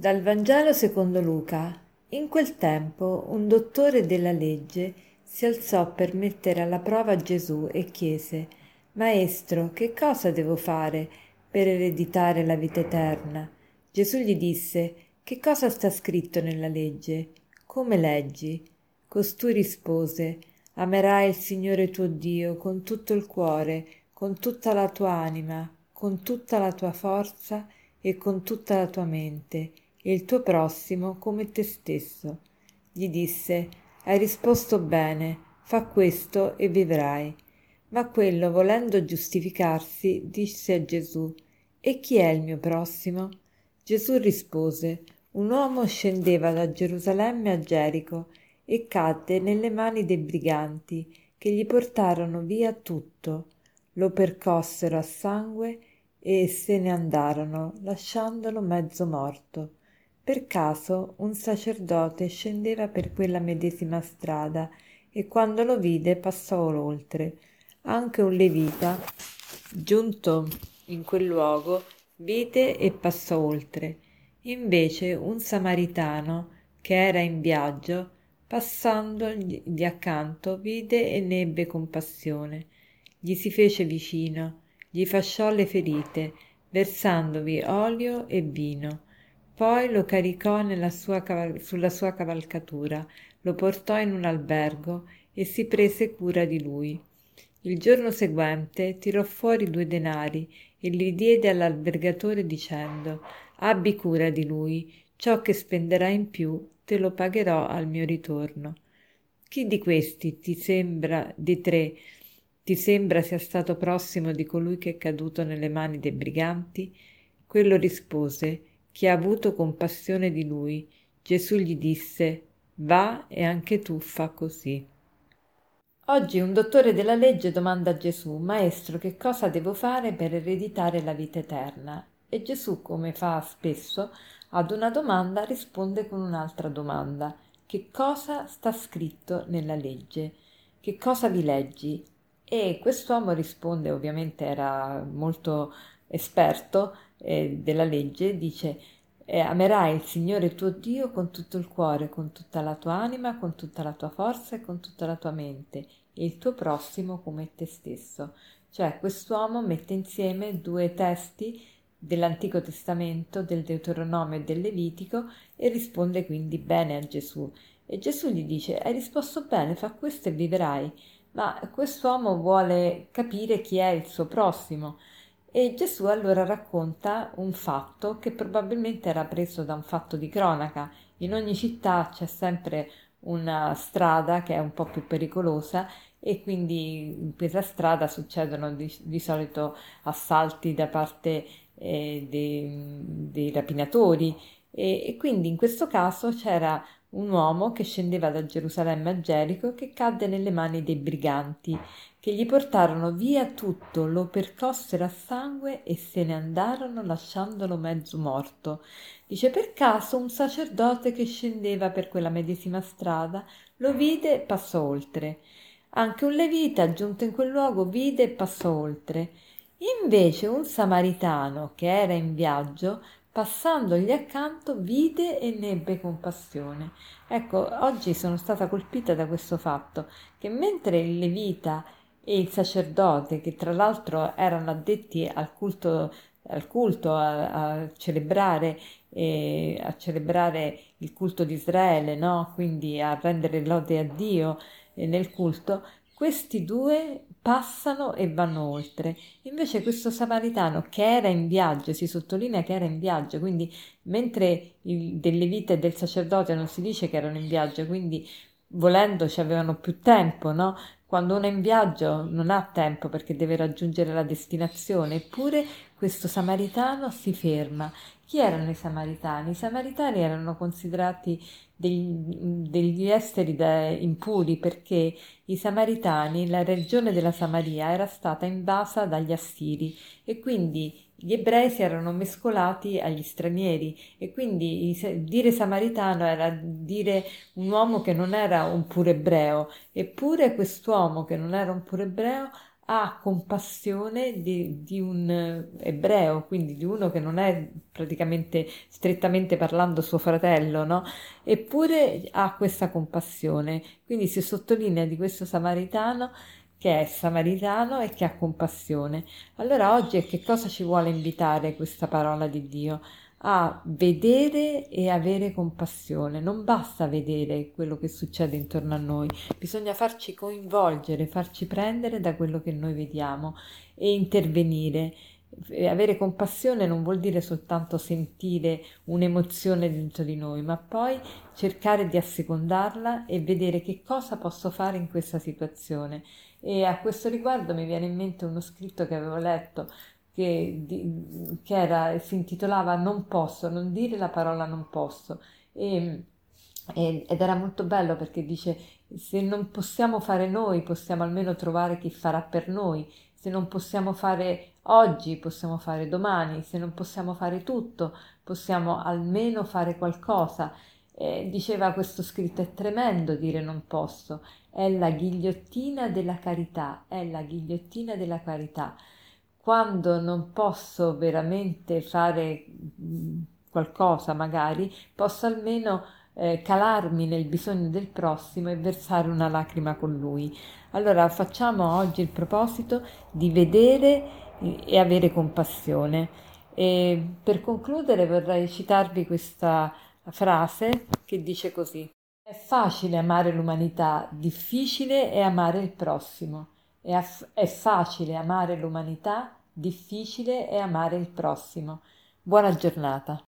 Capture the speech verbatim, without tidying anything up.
Dal Vangelo secondo Luca. In quel tempo un dottore della legge si alzò per mettere alla prova Gesù e chiese: Maestro, che cosa devo fare per ereditare la vita eterna? Gesù gli disse: Che cosa sta scritto nella legge? Come leggi? Costui rispose: Amerai il Signore tuo Dio con tutto il cuore, con tutta la tua anima, con tutta la tua forza e con tutta la tua mente, e il tuo prossimo come te stesso. Gli disse: Hai risposto bene, fa questo e vivrai. Ma quello, volendo giustificarsi, disse a Gesù: E chi è il mio prossimo? Gesù rispose: Un uomo scendeva da Gerusalemme a Gerico e cadde nelle mani dei briganti, che gli portarono via tutto, lo percossero a sangue e se ne andarono, lasciandolo mezzo morto. Per caso un sacerdote scendeva per quella medesima strada e quando lo vide passò oltre. Anche un levita, giunto in quel luogo, vide e passò oltre. Invece un samaritano, che era in viaggio, passandogli di accanto, vide e ne ebbe compassione. Gli si fece vicino, gli fasciò le ferite, versandovi olio e vino. Poi lo caricò nella sua caval- sulla sua cavalcatura, lo portò in un albergo e si prese cura di lui. Il giorno seguente tirò fuori due denari e li diede all'albergatore dicendo: Abbi cura di lui, ciò che spenderai in più te lo pagherò al mio ritorno. Chi di questi ti sembra, di tre, ti sembra sia stato prossimo di colui che è caduto nelle mani dei briganti? Quello rispose: Chi ha avuto compassione di lui. Gesù gli disse: Va e anche tu fa così. Oggi un dottore della legge domanda a Gesù: Maestro, che cosa devo fare per ereditare la vita eterna? E Gesù, come fa spesso, ad una domanda risponde con un'altra domanda: Che cosa sta scritto nella legge? Che cosa vi leggi? E quest'uomo risponde, ovviamente era molto esperto eh, della legge, dice: eh, Amerai il Signore tuo Dio con tutto il cuore, con tutta la tua anima, con tutta la tua forza e con tutta la tua mente, e il tuo prossimo come te stesso. Cioè, quest'uomo mette insieme due testi dell'Antico Testamento, del Deuteronomio e del Levitico, e risponde quindi bene a Gesù. E Gesù gli dice: Hai risposto bene, fa questo e vivrai. Ma quest'uomo vuole capire chi è il suo prossimo. E Gesù allora racconta un fatto che probabilmente era preso da un fatto di cronaca. In ogni città c'è sempre una strada che è un po' più pericolosa e quindi in questa strada succedono di, di solito assalti da parte eh, dei, dei rapinatori e, e quindi in questo caso c'era un uomo che scendeva da Gerusalemme a Gerico che cadde nelle mani dei briganti che gli portarono via tutto, lo percossero a sangue e se ne andarono lasciandolo mezzo morto. Dice: per caso un sacerdote che scendeva per quella medesima strada lo vide e passò oltre. Anche un levita, giunto in quel luogo, vide e passò oltre. Invece un samaritano che era in viaggio, passandogli accanto, vide e ne ebbe compassione. Ecco, oggi sono stata colpita da questo fatto, che mentre il levita e il sacerdote, che tra l'altro erano addetti al culto, al culto a, a celebrare, eh, a celebrare il culto di Israele, no? Quindi a rendere lode a Dio eh, nel culto, questi due passano e vanno oltre. Invece questo samaritano che era in viaggio, si sottolinea che era in viaggio, quindi mentre il, del levita e del sacerdote non si dice che erano in viaggio, quindi volendo ci avevano più tempo, no? Quando uno è in viaggio non ha tempo perché deve raggiungere la destinazione, eppure questo samaritano si ferma. Chi erano i samaritani? I samaritani erano considerati degli, degli esseri da, impuri perché i samaritani, la regione della Samaria era stata invasa dagli Assiri e quindi gli ebrei si erano mescolati agli stranieri e quindi dire samaritano era dire un uomo che non era un puro ebreo, eppure quest'uomo che non era un puro ebreo ha compassione di, di un eh, ebreo, quindi di uno che non è praticamente, strettamente parlando, suo fratello, no? Eppure ha questa compassione. Quindi si sottolinea di questo samaritano che è samaritano e che ha compassione. Allora oggi a che cosa ci vuole invitare questa parola di Dio? A vedere e avere compassione. Non basta vedere quello che succede intorno a noi, bisogna farci coinvolgere, farci prendere da quello che noi vediamo e intervenire. E avere compassione non vuol dire soltanto sentire un'emozione dentro di noi, ma poi cercare di assecondarla e vedere che cosa posso fare in questa situazione. E a questo riguardo mi viene in mente uno scritto che avevo letto che, di- che era, si intitolava Non posso, non dire la parola non posso. E, e- ed era molto bello perché dice se non possiamo fare noi, possiamo almeno trovare chi farà per noi. Se non possiamo fare oggi, possiamo fare domani. Se non possiamo fare tutto, possiamo almeno fare qualcosa. Eh, diceva questo scritto, è tremendo dire non posso, è la ghigliottina della carità, è la ghigliottina della carità. Quando non posso veramente fare mh, qualcosa, magari, posso almeno eh, calarmi nel bisogno del prossimo e versare una lacrima con lui. Allora facciamo oggi il proposito di vedere eh, e avere compassione. E per concludere vorrei citarvi questa frase che dice così: è facile amare l'umanità, difficile è amare il prossimo. È, aff- è facile amare l'umanità, difficile è amare il prossimo. Buona giornata.